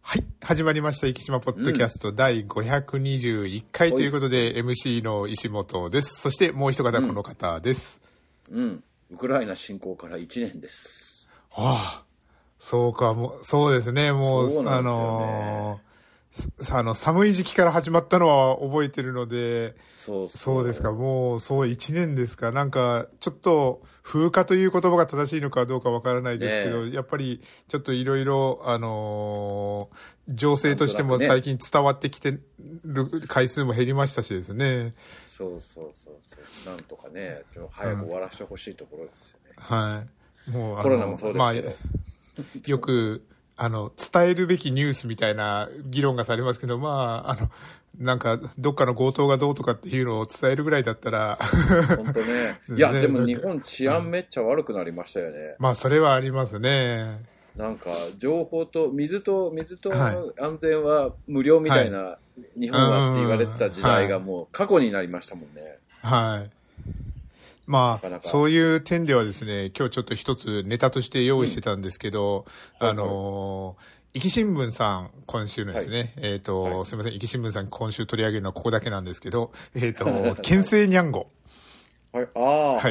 はい。始まりました。生島ポッドキャスト第521回ということで、MC の石本です。そしてもう一方この方です。 ウクライナ侵攻から1年です。 はあ、そうか、もう、そうですね。もう、 そうなんですよね。 寒い時期から始まったのは覚えてるので、そうですか、もう、そう1年ですか。なんか、ちょっと、風化という言葉が正しいのかどうかわからないですけど、やっぱり、ちょっといろいろ、情勢としても最近伝わってきてる回数も減りましたしですね。 そう。なんとかね、早く終わらせてほしいところですよね。 はい。もう、 コロナもそうですけど。 よく、伝えるべきニュースみたいな議論がされますけど、なんか、どっかの強盗がどうとかっていうのを伝えるぐらいだったら。 本当ね。いや、でも日本治安めっちゃ悪くなりましたよね。 まあ、それはありますね。 なんか、情報と、水と安全は無料みたいな、日本はって言われてた時代がもう過去になりましたもんね。 はい。まあ、そういう点ではですね、今日ちょっと一つネタとして用意してたんですけど、壱岐新聞さん、今週のですね、すみません、壱岐新聞さん今週取り上げるのはここだけなんですけど、県政にゃんご。 はい、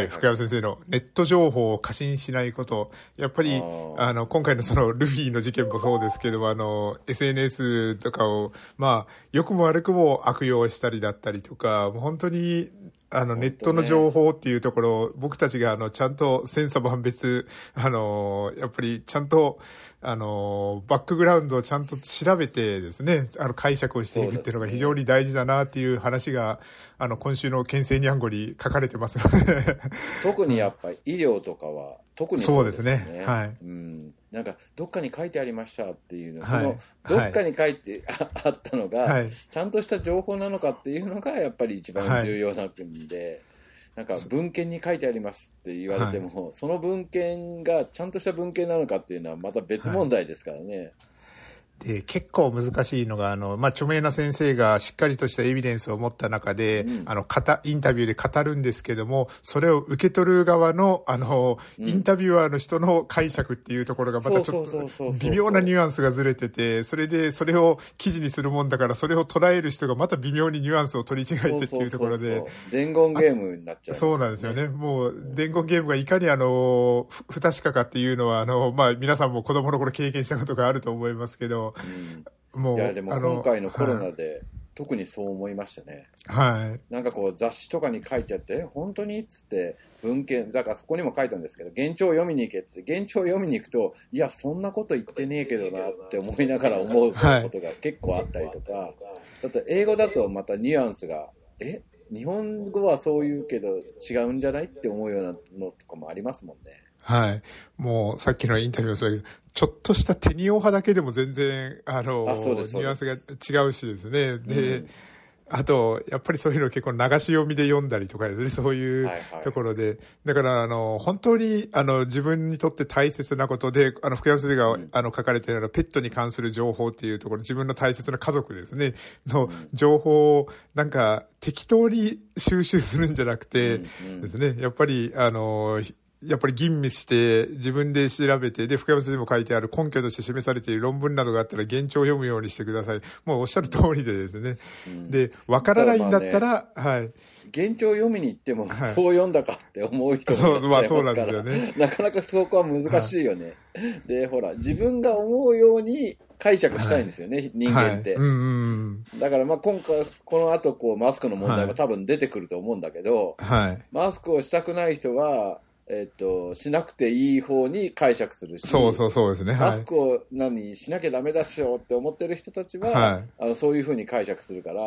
福山先生のネット情報を過信しないこと。やっぱり、今回のそのルフィの事件もそうですけど、SNS とかを、まあ、良くも悪くも悪用したりだったりとか、もう本当に、ネットの情報っていうところを、僕たちがちゃんと千差万別、やっぱりちゃんと、バックグラウンドをちゃんと調べてですね、解釈をしていくっていうのが非常に大事だなっていう話が、今週の県政にゃんごに書かれてますので。 特にやっぱり医療とかは、特にそうですね。はい。 なんかどっかに書いてありましたっていうの、そのどっかに書いてあったのが、ちゃんとした情報なのかっていうのがやっぱり一番重要な国で、なんか文献に書いてありますって言われても、その文献がちゃんとした文献なのかっていうのはまた別問題ですからね。 で、結構難しいのが、著名な先生がしっかりとしたエビデンスを持った中で、インタビューで語るんですけども、それを受け取る側の、インタビュアーの人の解釈っていうところがまたちょっと微妙なニュアンスがずれてて、それで、それを記事にするもんだから、それを捉える人がまた微妙にニュアンスを取り違えてっていうところで。 伝言ゲームになっちゃう、ね。 そうなんですよね。もう、伝言ゲームがいかに不確かかっていうのは、皆さんも子供の頃経験したことがあると思いますけど、 もういやでも今回のコロナで特にそう思いましたね。 はい。 なんかこう雑誌とかに書いてあって本当にっつって文献だからそこにも書いたんですけど原著を読みに行けって原著を読みに行くといやそんなこと言ってねえけどなって思いながら思うことが結構あったりとか、だって英語だとまたニュアンスが日本語はそう言うけど違うんじゃないって思うようなのとかもありますもんね。 はい。もう、さっきのインタビューもそうだけど、ちょっとしたテニオ派だけでも全然、ニュアンスが違うしですね。で、あと、やっぱりそういうの結構流し読みで読んだりとかですね、そういうところで。だから、本当に、自分にとって大切なことで、福山先生が、書かれているようなペットに関する情報っていうところ、自分の大切な家族ですね、の情報を、なんか、適当に収集するんじゃなくてですね、やっぱり吟味して自分で調べて、で、福山先生も書いてある根拠として示されている論文などがあったら原著を読むようにしてください。もうおっしゃる通りでですね。で、わからないんだったら、はい。 原著を読みに行っても、そう読んだかって思う人もいらっしゃいますから、そうなんですよね。なかなかそこは難しいよね。で、ほら、自分が思うように解釈したいんですよね、人間って。だから今回、この後マスクの問題も多分出てくると思うんだけど、マスクをしたくない人は、しなくていい方に解釈するし、 そうですね。 マスクをしなきゃダメだっしょって思ってる人たちは、そういう風に解釈するから、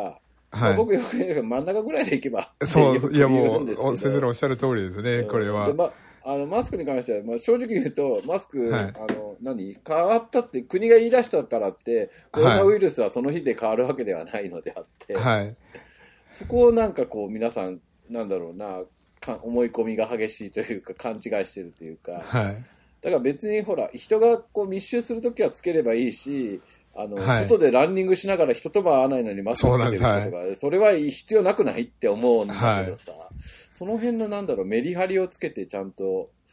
僕よく言うけど真ん中ぐらいでいけばって言うんですけど。いやもう、先生のおっしゃる通りですね、これは。 でマスクに関しては、正直言うと、マスク、変わったって、国が言い出したからって、コロナウイルスはその日で変わるわけではないのであって、そこをなんか皆さん、なんだろうな、思い込みが激しいというか勘違いしてるというか、だから別にほら人が密集するときはつければいいし、外でランニングしながら人とも会わないのにマスクつけてる人とか、それは必要なくないって思うんだけどさ、その辺のメリハリをつけてちゃんと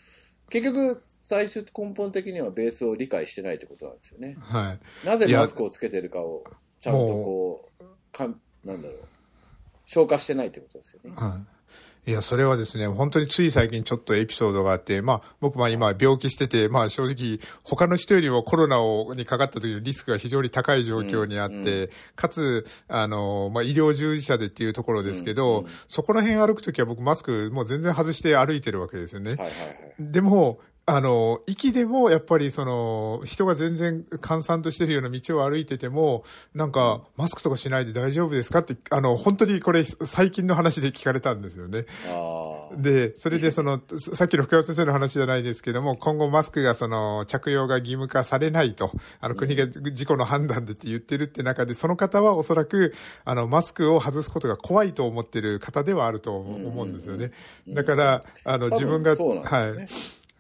結局、最終根本的にはベースを理解してないってことなんですよね。 はい。 なぜマスクをつけてるかを、ちゃんとこう、なんだろう、消化してないってことですよね。 はい。いや、それはですね、本当につい最近ちょっとエピソードがあって、僕今病気してて、正直他の人よりもコロナにかかった時のリスクが非常に高い状況にあって、かつ、医療従事者でっていうところですけど、そこら辺歩くときは僕マスクもう全然外して歩いてるわけですよね。はいはいはい。でも、息でもやっぱり人が全然閑散としてるような道を歩いてても、なんか、マスクとかしないで大丈夫ですかって、本当にこれ最近の話で聞かれたんですよね。で、それでさっきの福山先生の話じゃないですけども、今後マスクが着用が義務化されないと、国が自己の判断でって言ってるって中で、その方はおそらく、マスクを外すことが怖いと思ってる方ではあると思うんですよね。だから、自分が、はい。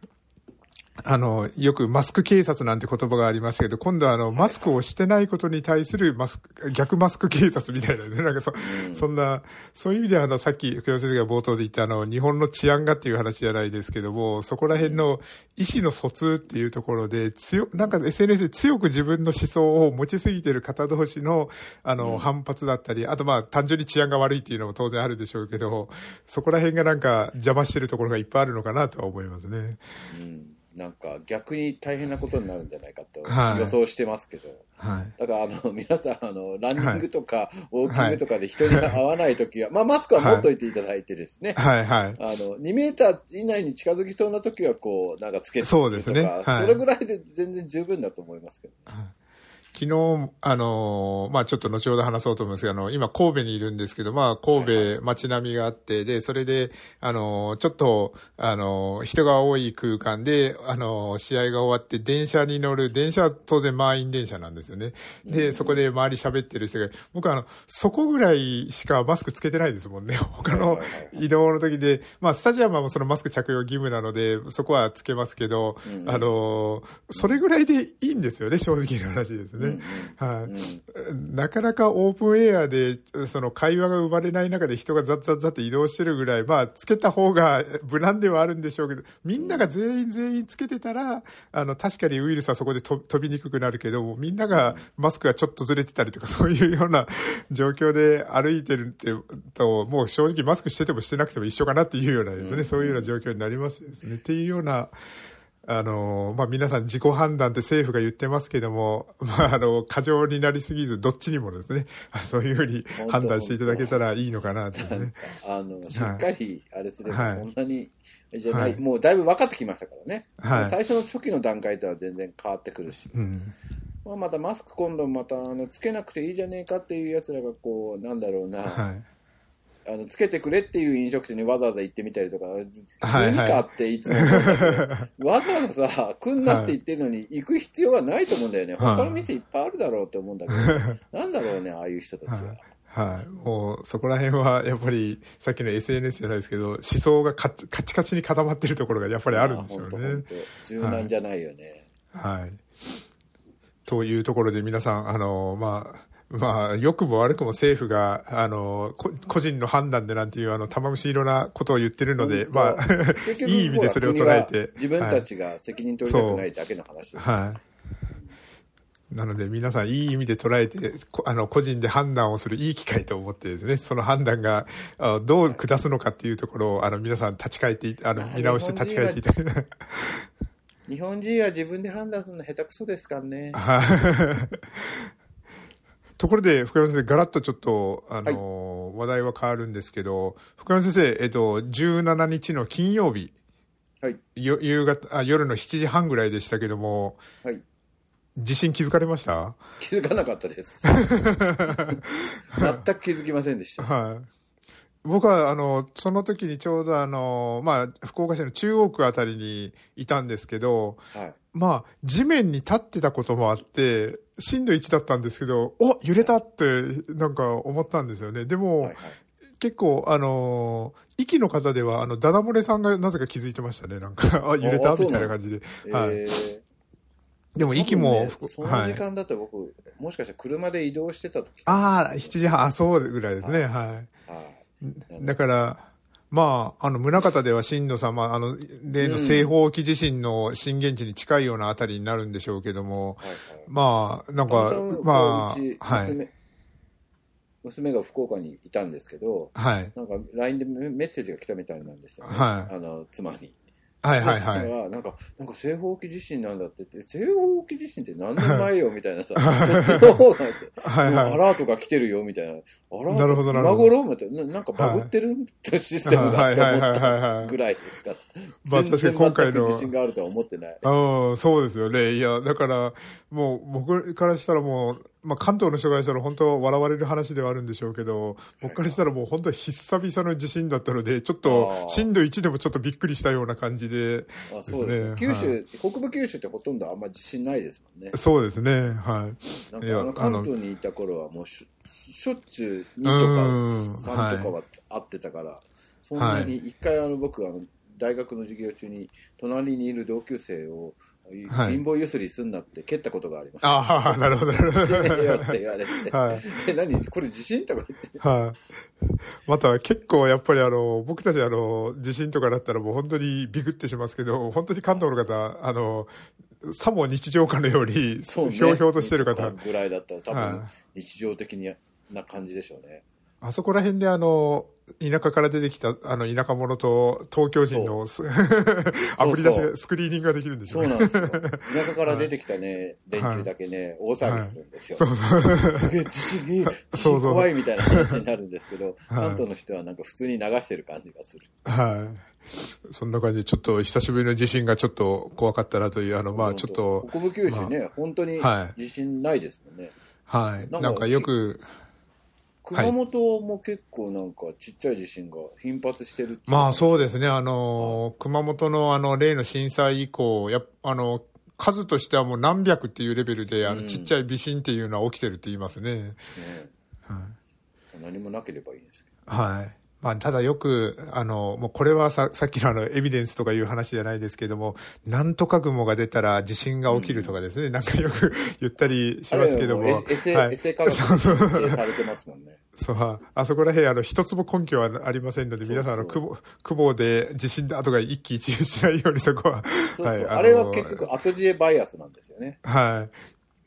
よくマスク警察なんて言葉がありましたけど、今度はマスクをしてないことに対する逆マスク警察みたいなね、なんかそんな、そういう意味ではさっき福山先生が冒頭で言った日本の治安がっていう話じゃないですけども、そこら辺の意思の疎通っていうところでなんか SNS で強く自分の思想を持ちすぎてる方同士の、反発だったり、あと単純に治安が悪いっていうのも当然あるでしょうけど、そこら辺がなんか邪魔してるところがいっぱいあるのかなとは思いますね。 なんか逆に大変なことになるんじゃないかと予想してますけど、はい、だから皆さんランニングとかウォーキングとかで人に会わないときは、マスクは持っといていただいてですね、はいはい、2メーター以内に近づきそうなときはこうなんかつけてとか、そうですね、はい、それぐらいで全然十分だと思いますけどね。はい、 昨日、ちょっと後ほど話そうと思うんですけど、今神戸にいるんですけど、神戸街並みがあって、で、それで、ちょっと、人が多い空間で、試合が終わって電車は当然満員電車なんですよね。で、そこで周り喋ってる人が、僕そこぐらいしかマスクつけてないですもんね。他の移動の時で、スタジアムはもうそのマスク着用義務なので、そこはつけますけど、それぐらいでいいんですよね、正直な話ですね。はい。なかなかオープンエアで、会話が生まれない中で人がザッザッザッと移動してるぐらい、つけた方が無難ではあるんでしょうけど、みんなが全員つけてたら、確かにウイルスはそこで飛びにくくなるけども、みんながマスクがちょっとずれてたりとか、そういうような状況で歩いてると、もう正直マスクしててもしてなくても一緒かなっていうようなですね、そういうような状況になりますですね。っていうような、皆さん自己判断って政府が言ってますけども、過剰になりすぎず、どっちにもですね、そういうふうに判断していただけたらいいのかなとね。 しっかり、あれすればそんなに、じゃない、もうだいぶ分かってきましたからね。はい、最初の初期の段階とは全然変わってくるし。またマスク今度また、つけなくていいじゃねえかっていう奴らがこう、なんだろうな。はいつけてくれっていう飲食店にわざわざ行ってみたりとか、普通にかっていつも思うんだけど、わざわざさ、来んなって言ってるのに行く必要はないと思うんだよね。他の店いっぱいあるだろうって思うんだけど、なんだろうね、ああいう人たちは。 はい。もう、そこら辺は、やっぱり、さっきの SNS じゃないですけど、思想がカチカチに固まってるところがやっぱりあるんでしょうね。 柔軟じゃないよね。 はい。というところで皆さん、良くも悪くも政府が、個人の判断でなんていう、玉虫色なことを言ってるので、いい意味でそれを捉えて。 自分たちが責任取りたくないだけの話です。 はい。なので皆さんいい意味で捉えて、個人で判断をするいい機会と思ってですね、その判断が、どう下すのかっていうところを、皆さん立ち返って、見直して立ち返っていただいて。 日本人は自分で判断するの下手くそですからね。 ところで、福山先生、ガラッとちょっと、話題は変わるんですけど、福山先生、17日の金曜日、はい、夜の7時半ぐらいでしたけども、はい、地震気づかれました？ 気づかなかったです。全く気づきませんでした。 はい。僕は、その時にちょうど福岡市の中央区あたりにいたんですけど、はい、地面に立ってたこともあって、震度1だったんですけど、揺れたってなんか思ったんですよね。でも、はいはい、結構、息の方では、ダダ漏れさんがなぜか気づいてましたね。なんか、揺れたみたいな感じで。はい。でも息も、 ね、その時間だと僕、はい、もしかしたら車で移動してた時。 7時半、そうぐらいですね。はい。だから、 まあ、宗像では震度3、例の西方沖地震の震源地に近いようなあたりになるんでしょうけども、はいはい、まあ、なんか、まあ、はい。 娘が福岡にいたんですけど、はい。なんか LINE でメッセージが来たみたいなんですよね。はい。妻に。はいはいはい。なんか西方沖地震なんだって言って、西方沖地震って何年前よみたいなさ、そっちの方がはいはい、アラートが来てるよみたいな。アラート今頃みたいな、なんかバグってる、はい、システムがって思ったぐらいですから。まあ確かに今回の。地震があるとは思ってない。 そうですよね。いや、だから、もう僕からしたらもう、まあ、関東の人からしたら本当笑われる話ではあるんでしょうけど、僕からしたらもう本当久々の地震だったので、ちょっと震度1でもちょっとびっくりしたような感じでですね。そうですね。 九州、北部九州ってほとんどあんま地震ないですもんね。 そうですね。はい。 なんか関東にいた頃はもうしょっちゅう2とか3とかはあってたから、そんなに一回僕大学の授業中に隣にいる同級生をはい、貧乏ゆすりすんなって蹴ったことがありました。 ああ、なるほど、なるほど。 してねえよって言われて。はい、何これ地震とか言って。 はい。また結構やっぱり僕たち地震とかだったらもう本当にビクってしますけど、本当に関東の方、さも日常かのように、ひょうひょうとしてる方。 ぐらいだったら多分日常的な感じでしょうね。 あそこら辺で田舎から出てきた田舎者と東京人のあぶり出しがスクリーニングができるんでしょうね。そうなんですよ。田舎から出てきたね、連中だけね、大騒ぎするんですよ。そうそう。すげえ地震怖いみたいな話になるんですけど、関東の人はなんか普通に流してる感じがする。 はい。そんな感じで、ちょっと久しぶりの地震がちょっと怖かったなという、まあちょっと。 北部九州ね、本当に地震ないですもんね。 はい。なんかよく、 熊本も結構なんかちっちゃい地震が頻発してるって。 まあそうですね。熊本の例の震災以降、数としてはもう何百っていうレベルで、ちっちゃい微震っていうのは起きてるって言いますね。 はい、何もなければいいですけど。はい。まあ、ただよく、もうこれはさっきのエビデンスとかいう話じゃないですけども、なんとか雲が出たら地震が起きるとかですね、なんかよく言ったりしますけども。 エセ科学されてますもんね。 そう、あそこら辺、一つも根拠はありませんので、皆さん、雲で地震だとか一喜一憂しないようにそこは。 そうそう、はい、あれは結局後知恵バイアスなんですよね。 はい。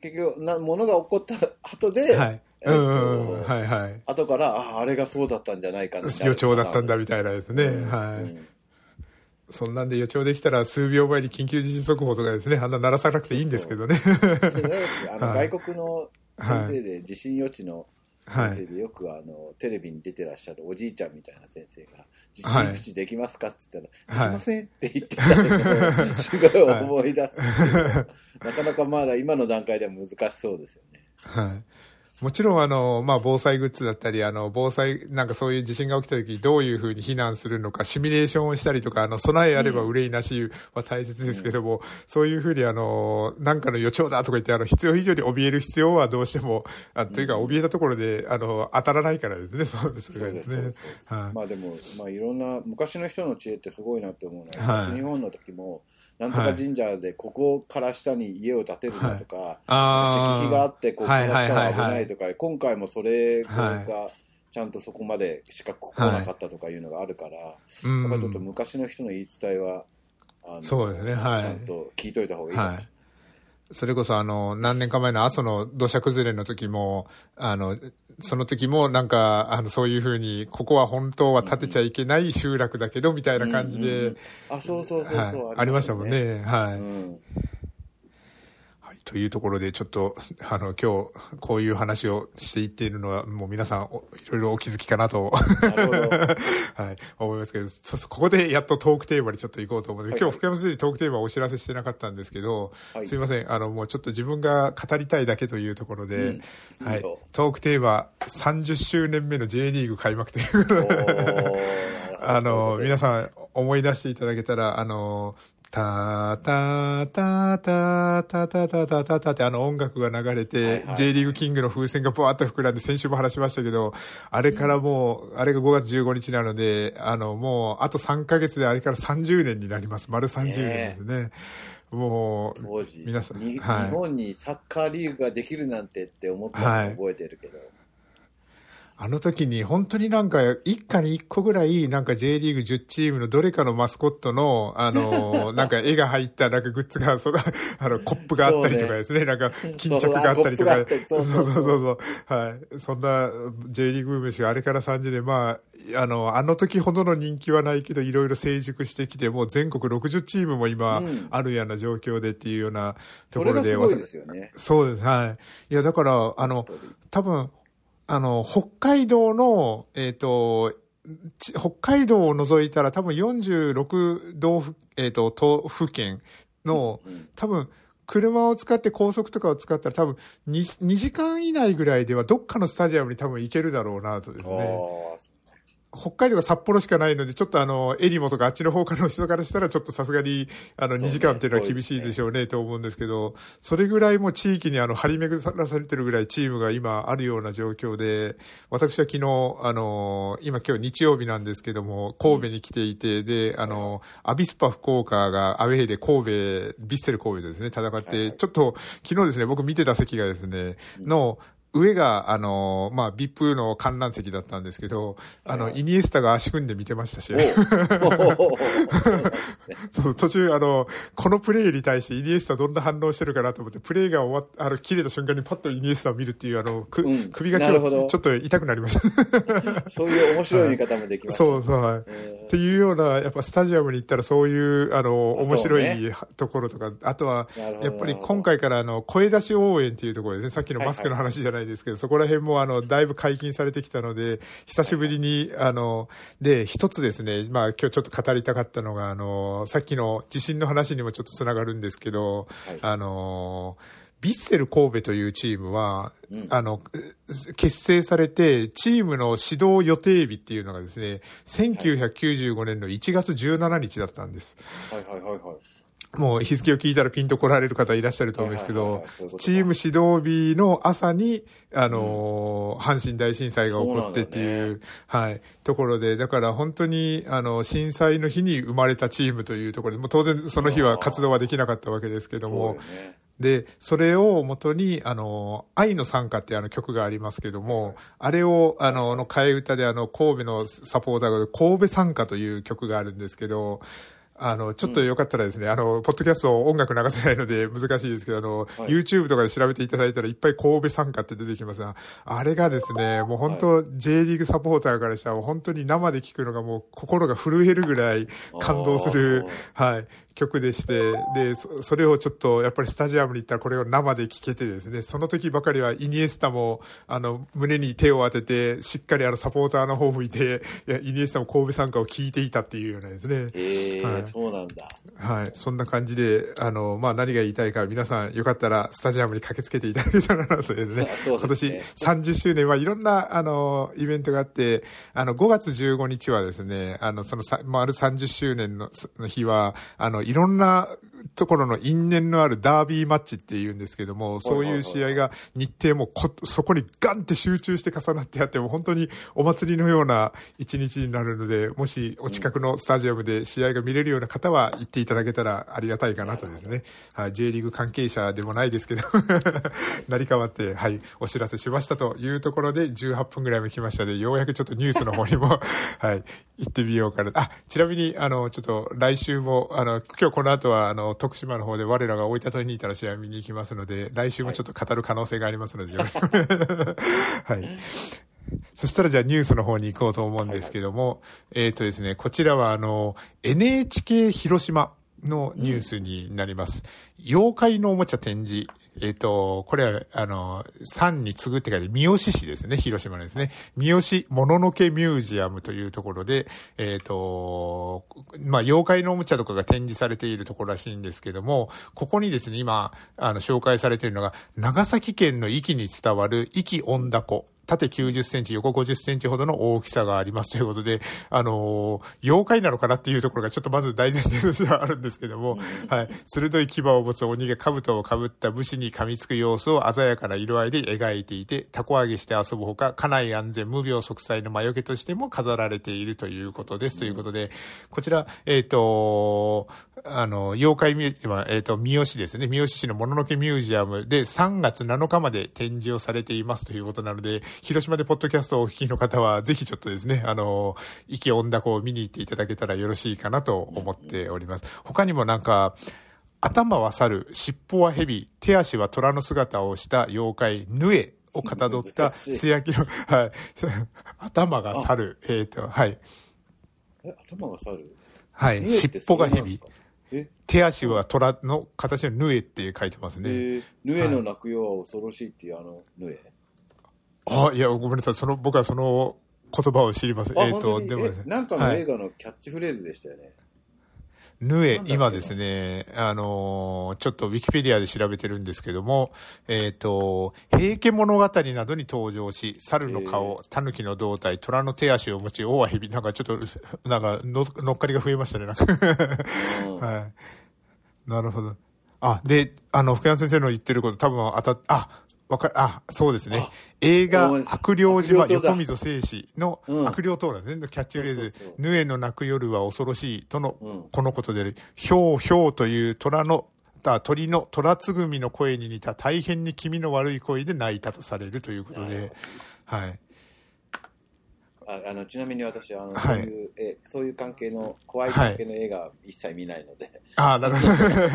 結局、物が起こった後で、はい。 はいはい。 後から、あれがそうだったんじゃないかな。 予兆だったんだみたいなですね。はい。そんなんで予兆できたら数秒前に緊急地震速報とかですね、あんな鳴らさなくていいんですけどね。 外国の先生で地震予知の先生でよくテレビに出てらっしゃるおじいちゃんみたいな先生が、地震予知できますかって言ったら、できませんって言ってたのを、すごい思い出す。なかなかまだ今の段階では難しそうですよね。 はい。もちろんまあ防災グッズだったり、防災、なんかそういう地震が起きた時どういうふうに避難するのか、シミュレーションをしたりとか、備えあれば憂いなしは大切ですけども、そういうふうになんかの予兆だとか言って、必要以上に怯える必要はどうしても、というか怯えたところで、当たらないからですね、そうですね。 まあでも、まあいろんな、昔の人の知恵ってすごいなって思うのは、東日本の時も、なんとか神社でここから下に家を建てるんだとか、石碑があってここから下は危ないとか、今回もそれがちゃんとそこまでしか来なかったとかいうのがあるから、やっぱりちょっと昔の人の言い伝えはそうですね、はい、 ちゃんと聞いといた方がいいかもしれない。 それこそ何年か前の阿蘇の土砂崩れの時も、その時もなんか、そういうふうに、ここは本当は建てちゃいけない集落だけど、みたいな感じで。 そうそう、 ありましたもんね。はい。というところで、ちょっと、今日、こういう話をしていっているのは、もう皆さん、いろいろお気づきかなと、はい、思いますけど、ここでやっとトークテーマにちょっと行こうと思うので、今日福山先生にトークテーマをお知らせしてなかったんですけど、すいません、もうちょっと自分が語りたいだけというところで、はい、トークテーマ、30周年目の J リーグ開幕ということで、皆さん思い出していただけたら、タタタタタタタタタタって音楽が流れて、J リーグキングの風船がブワーッと膨らんで、先週も話しましたけど、あれからもう、あれが5月15日なので、もう、あと3ヶ月であれから30年になります。丸30年ですね。もう、 当時、 皆さん、 日本にサッカーリーグができるなんてって思ったのを覚えてるけど。 あの時に本当になんか一家に一個ぐらいなんか J リーグ10チームのどれかのマスコットのなんか絵が入ったなんかグッズがコップがあったりとかですね、なんか巾着があったりとか、そうそうそうはい、そんな J リーグブームですが、あれから30年、まああの時ほどの人気はないけどいろいろ成熟してきて、もう全国60チームも今あるような状況でっていうようなところで、 それがすごいですよね。 そうです、はい。いやだから多分北海道の北海道を除いたら多分46都府県の多分車を使って高速とかを使ったら多分 2時間以内ぐらいではどっかのスタジアムに多分行けるだろうなとですね。北海道が札幌しかないので、ちょっとエリモとかあっちの方からの人からしたらちょっとさすがに2時間っていうのは厳しいでしょうねと思うんですけど、それぐらいもう地域に張り巡らされてるぐらいチームが今あるような状況で、私は昨日今日日曜日なんですけども、神戸に来ていて、でアビスパ福岡がアウェイで神戸ヴィッセル神戸ですね戦って、ちょっと昨日ですね、僕見てた席がですねの上が、VIP の観覧席だったんですけど、イニエスタが足組んで見てましたし。そう、途中、このプレーに対してイニエスタどんな反応してるかなと思って、プレーが終わっ切れた瞬間にパッとイニエスタを見るっていう、首がちょっと痛くなりました。 そういう面白い見方もできます、 ね。そうそう、はい。っていうような、やっぱスタジアムに行ったらそういう、面白いところとか、あとは、やっぱり今回から声出し応援っていうところですね、さっきのマスクの話じゃないですけど、そこら辺もだいぶ解禁されてきたので、久しぶりにで一つですね、まあ今日ちょっと語りたかったのがさっきの地震の話にもちょっとつながるんですけど、ヴィッセル神戸というチームは、結成されてチームの始動予定日っていうのがですね、1995年の1月17日だったんです。はいはいはいはい。もう日付を聞いたらピンと来られる方いらっしゃると思うんですけど、チーム始動日の朝に、阪神大震災が起こってっていう、はい、ところで、だから本当に、震災の日に生まれたチームというところで、もう当然その日は活動はできなかったわけですけども、で、それを元に、愛の賛歌って曲がありますけども、あれを、替え歌で神戸のサポーターが神戸賛歌という曲があるんですけど、ちょっとよかったらですね、ポッドキャスト音楽流せないので難しいですけど、YouTube とかで調べていただいたらいっぱい神戸賛歌って出てきますが、あれがですね、もう本当 J リーグサポーターからしたら本当に生で聞くのがもう心が震えるぐらい感動する、はい、曲でして、で、それをちょっとやっぱりスタジアムに行ったらこれを生で聴けてですね、その時ばかりはイニエスタも胸に手を当ててしっかりサポーターの方を向いて、イニエスタも神戸賛歌を聴いていたっていうようなですね。はい、そうなんだ。はい。そんな感じで、まあ、何が言いたいか、皆さんよかったらスタジアムに駆けつけていただけたらなとですね。今年30周年はいろんな、イベントがあって、5月15日はですね、丸30周年の日は、いろんなところの因縁のあるダービーマッチっていうんですけども、そういう試合が日程もそこにガンって集中して重なってあって、も本当にお祭りのような一日になるので、もしお近くのスタジアムで試合が見れるような方は行っていただけたらありがたいかなとですね。はい、J リーグ関係者でもないですけど成り代わって、はい、お知らせしましたというところで18分ぐらいも来ましたので、ようやくちょっとニュースの方にもはい、行ってみようかな。ちなみにちょっと来週も今日この後は徳島の方で我らが大分トリニータの試合を見に行きますので、来週もちょっと語る可能性がありますので、よろしくはい。そしたらじゃあニュースの方に行こうと思うんですけども、ですね、こちらはNHK 広島のニュースになります。妖怪のおもちゃ展示。これは、山に次ぐって書いて、三好市ですね、広島ですね。三好もののけミュージアムというところで、まあ、妖怪のおもちゃとかが展示されているところらしいんですけども、ここにですね、今、紹介されているのが、長崎県の壱岐に伝わる壱岐恩凧。縦90センチ、横50センチほどの大きさがありますということで、妖怪なのかなっていうところがちょっとまず大前提としてはあるんですけども、はい、鋭い牙を持つ鬼が兜をかぶった武士に噛みつく様子を鮮やかな色合いで描いていて、タコ揚げして遊ぶほか、家内安全無病息災の魔除けとしても飾られているということです。ということで、こちら、妖怪ミュージアム、三好ですね。三好市のもののけミュージアムで3月7日まで展示をされていますということなので、 広島でポッドキャストをお聞きの方は、ぜひちょっとですね、意気温高を見に行っていただけたらよろしいかなと思っております。他にもなんか、頭は猿、尻尾は蛇、手足は虎の姿をした妖怪、ヌエをかたどった素焼きの、はい、頭が猿、はい。 頭が猿？ はい、尻尾が蛇。手足は虎の形のヌエって書いてますね。 ヌエの鳴くよは恐ろしいっていうヌエ？ いや、ごめんなさい。僕はその言葉を知りません。 でもなんかの映画のキャッチフレーズでしたよね。 ヌエ、今ですね、ちょっとウィキペディアで調べてるんですけども、平家物語などに登場し、猿の顔、狸の胴体、虎の手足を持ち、尾は蛇、なんかちょっと、なんか乗っかりが増えましたね、なんか。はい。なるほど。で、福山先生の言ってること多分そうですね。映画、悪霊島横溝正史の悪霊島なんですね。キャッチフレーズ、ヌエの鳴く夜は恐ろしいとの、このことで、ひょうという鳥の虎つぐみの声に似た大変に気味の悪い声で鳴いたとされるということで、はい。 ちなみに私そういう関係の怖い関係の映画は一切見ないので、 なるほ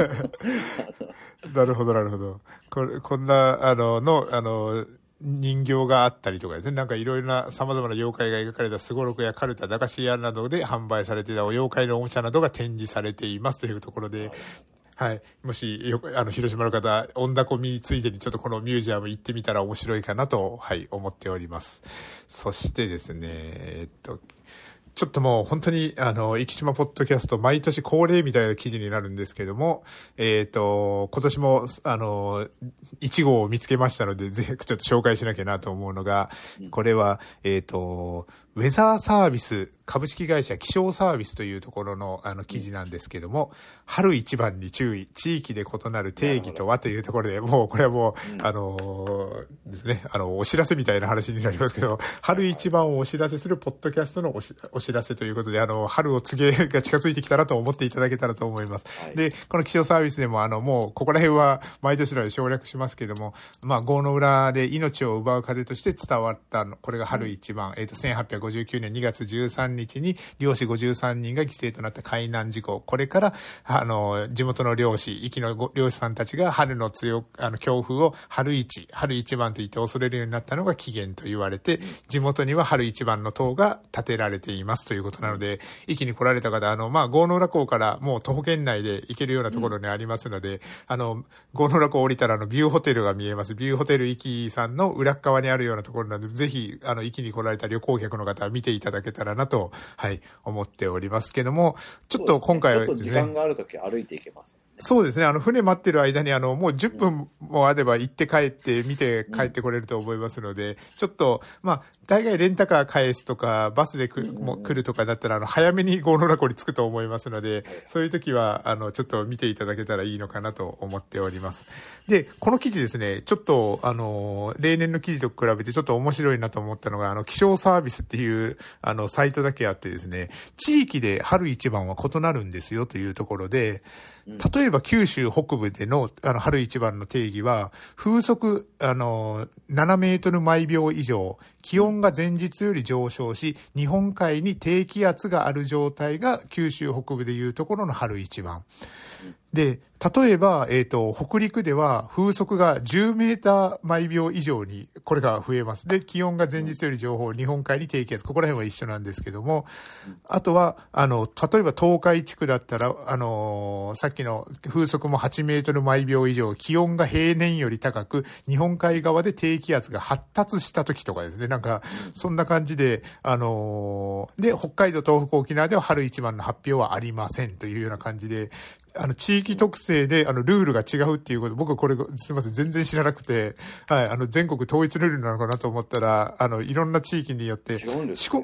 どなるほど。こんな人形があったりとかですね、なんかいろいろな様々な妖怪が描かれたスゴロクやカルタ、駄菓子屋などで販売されていた妖怪のおもちゃなどが展示されていますというところで、はい。もし、広島の方、温高見ついでにちょっとこのミュージアム行ってみたら面白いかなと、はい、思っております。そしてですね、ちょっともう本当に、生島ポッドキャスト毎年恒例みたいな記事になるんですけども、今年も、1号を見つけましたので、ぜひちょっと紹介しなきゃなと思うのが、これは、ウェザーサービス株式会社気象サービスというところの記事なんですけども、春一番に注意、地域で異なる定義とはというところで、もうこれはもう、ですね、お知らせみたいな話になりますけど、春一番をお知らせするポッドキャストのお知らせということで、春を告げが近づいてきたらと思っていただけたらと思います。はい、で、この気象サービスでももうここら辺は毎年のように省略しますけども、郷の浦で命を奪う風として伝わったこれが春一番、1859年2月13日に漁師53人が犠牲となった海難事故。これから、地元の漁師、壱岐の漁師さんたちが春の強風を春一番と言って恐れるようになったのが起源と言われて、地元には春一番の塔が建てられていますということなので、壱岐に来られた方、郷の浦港からもう徒歩圏内で行けるようなところにありますので、郷の浦港降りたらビューホテルが見えます。ビューホテル壱岐さんの裏側にあるようなところなので、ぜひ、壱岐に来られた旅行客の方は見ていただけたらなと、はい、思っておりますけども、ちょっと今回はですね、 ちょっと時間があるとき歩いていけます。 そうですね。船待ってる間にもう10分もあれば行って帰って見て帰ってこれると思いますので、ちょっと、大概レンタカー返すとか、バスで来るとかだったら、早めに郷の浦港に着くと思いますので、そういう時は、ちょっと見ていただけたらいいのかなと思っております。で、この記事ですね、ちょっと、例年の記事と比べてちょっと面白いなと思ったのが、気象サービスっていう、サイトだけあってですね、地域で春一番は異なるんですよというところで、例えば九州北部での春一番の定義は、風速7メートル毎秒以上、気温が前日より上昇し、日本海に低気圧がある状態が九州北部でいうところの春一番。で、例えば、北陸では風速が10メーター毎秒以上に、これが増えます。で、気温が前日より上昇、日本海に低気圧、ここら辺は一緒なんですけども、あとは、例えば東海地区だったら、さっきの風速も8メートル毎秒以上、気温が平年より高く、日本海側で低気圧が発達した時とかですね、なんか、そんな感じで、で、北海道、東北、沖縄では春一番の発表はありませんというような感じで、地域特性で、ルールが違うっていうこと、僕はこれ、すみません、全然知らなくて、はい、全国統一ルールなのかなと思ったら、いろんな地域によって、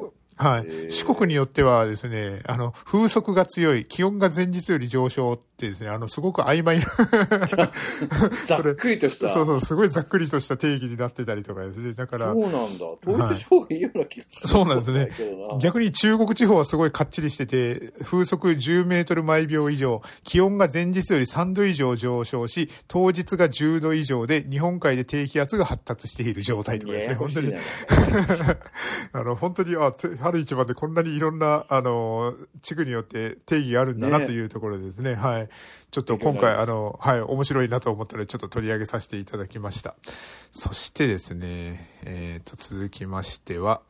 はい。四国によってはですね、風速が強い、気温が前日より上昇ってですね、すごく曖昧なざっくりとした。 そうそう、すごいざっくりとした定義になってたりとかですね。だから。 そうなんだ。統一した方がいいような気がする。 そうなんですね。逆に中国地方はすごいかっちりしてて、風速10メートル毎秒以上、気温が前日より3度以上上昇し、当日が10度以上で、日本海で低気圧が発達している状態とかですね。本当に。本当に、春一番でこんなにいろんな、地区によって定義があるんだなというところですね。はい。ちょっと今回、はい、面白いなと思ったので、ちょっと取り上げさせていただきました。そしてですね、続きましては、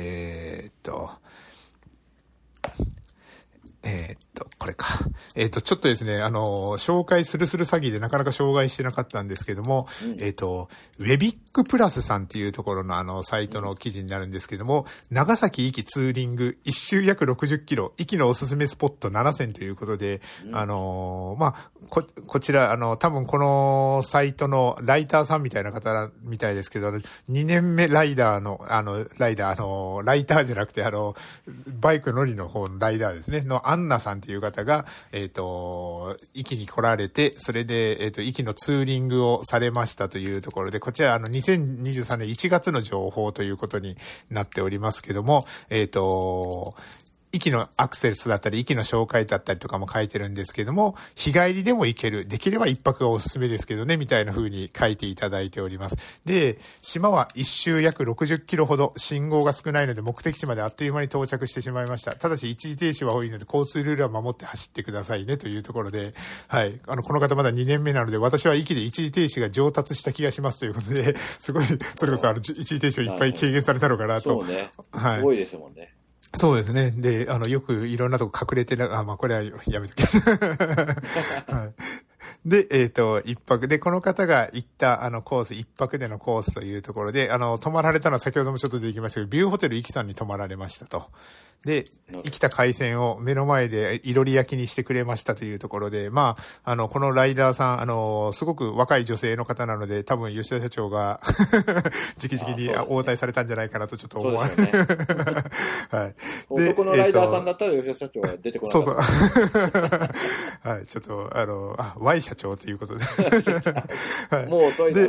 これか。ちょっとですね、紹介する詐欺でなかなか紹介してなかったんですけども、ウェビックプラスさんっていうところのサイトの記事になるんですけども、長崎壱岐ツーリング、一周約60キロ、壱岐のおすすめスポット7選ということで、こちら、多分このサイトのライターさんみたいな方みたいですけど、2年目ライターじゃなくて、バイク乗りの方のライダーですね、のアンナさんっていう方が、壱岐に来られて、それで、壱岐のツーリングをされましたというところで、こちら、2023年1月の情報ということになっておりますけども、壱岐のアクセスだったり、壱岐の紹介だったりとかも書いてるんですけども、日帰りでも行ける。できれば一泊がおすすめですけどね、みたいな風に書いていただいております。で、島は一周約60キロほど、信号が少ないので目的地まであっという間に到着してしまいました。ただし一時停止は多いので、交通ルールは守って走ってくださいね、というところで、はい。この方まだ2年目なので、私は壱岐で一時停止が上達した気がしますということで、すごい、それこそ一時停止をいっぱい軽減されたのかなと。 そうね。はい。多いですもんね。 そうですね。で、よくいろんなとこ隠れてこれはやめときます。はい。で、一泊で、この方が行ったコース、一泊でのコースというところで、泊まられたのは先ほどもちょっと出てきましたけど、ビューホテル壱岐さんに泊まられましたと。で、生きた海鮮を目の前でいろり焼きにしてくれましたというところで、このライダーさん、すごく若い女性の方なので、多分吉田社長が直々に応対されたんじゃないかなとちょっと思われて、 はい。男のライダーさんだったら吉田社長は出てこなかった。 そう。はい。ちょっと、Y 社長ということで。 はい、もう遅いな。 で、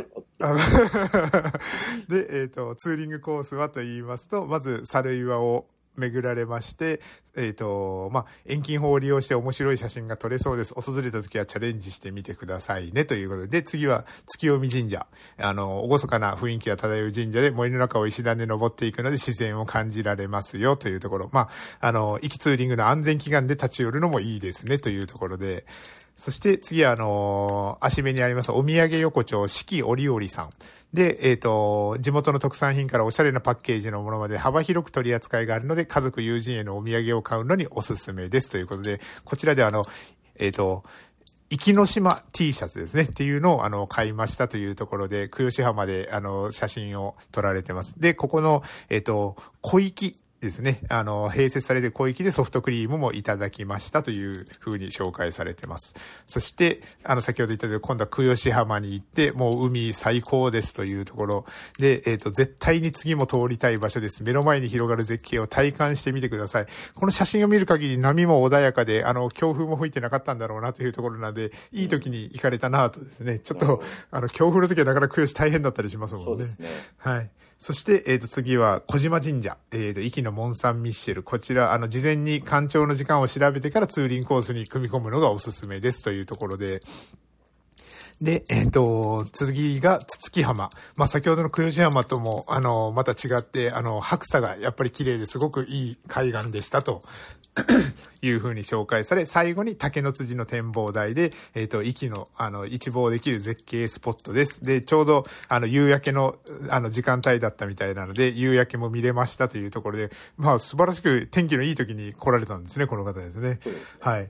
ツーリングコースはと言いますと、まず、猿岩を巡られまして、遠近法を利用して面白い写真が撮れそうです。訪れた時はチャレンジしてみてくださいね。ということで、次は月読神社。厳かな雰囲気が漂う神社で森の中を石段で登っていくので自然を感じられますよというところ。壱岐ツーリングの安全祈願で立ち寄るのもいいですねというところで、そして次は足目にありますお土産横丁四季折々さん。で、地元の特産品からおしゃれなパッケージのものまで幅広く取り扱いがあるので、家族友人へのお土産を買うのにおすすめですということで、こちらで壱岐の島 T シャツですねっていうのを買いましたというところで、久吉浜で写真を撮られてます。で、ここの小粋ですね。併設されて小粋でソフトクリームもいただきましたという風に紹介されてます。そして、先ほど言ったように今度は久吉浜に行って、もう海最高ですというところで、絶対に次も通りたい場所です。目の前に広がる絶景を体感してみてください。この写真を見る限り波も穏やかで、強風も吹いてなかったんだろうなというところなので、いい時に行かれたなとですね。ちょっと、強風の時はなかなか久吉大変だったりしますもんね。そうですね。はい。そして、次は小島神社。壱岐のモンサンミッシェル。こちら、事前に干潮の時間を調べてからツーリングコースに組み込むのがおすすめですというところで。で、次が、つつき浜。先ほどの久吉浜とも、また違って、白砂がやっぱり綺麗ですごくいい海岸でしたと。いう風に紹介され、最後に竹の辻の展望台で、壱岐の、一望できる絶景スポットです。で、ちょうど、夕焼けの、時間帯だったみたいなので、夕焼けも見れましたというところで、素晴らしく天気のいい時に来られたんですね、この方ですね。そうですね。はい。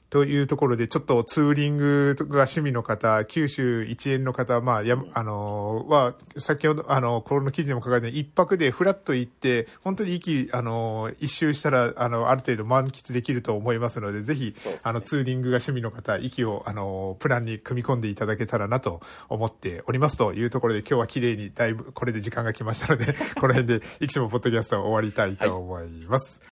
というところで、ちょっとツーリングが趣味の方、九州一円の方、まあ、は、先ほど、この記事でも書かれたように、一泊でフラッと行って、本当に一周したら、ある程度満喫できると思いますので、ぜひ、ツーリングが趣味の方、息を、プランに組み込んでいただけたらなと思っておりますというところで、今日は綺麗にだいぶ、これで時間が来ましたので、この辺で、いくしもポッドキャストを終わりたいと思います。はい。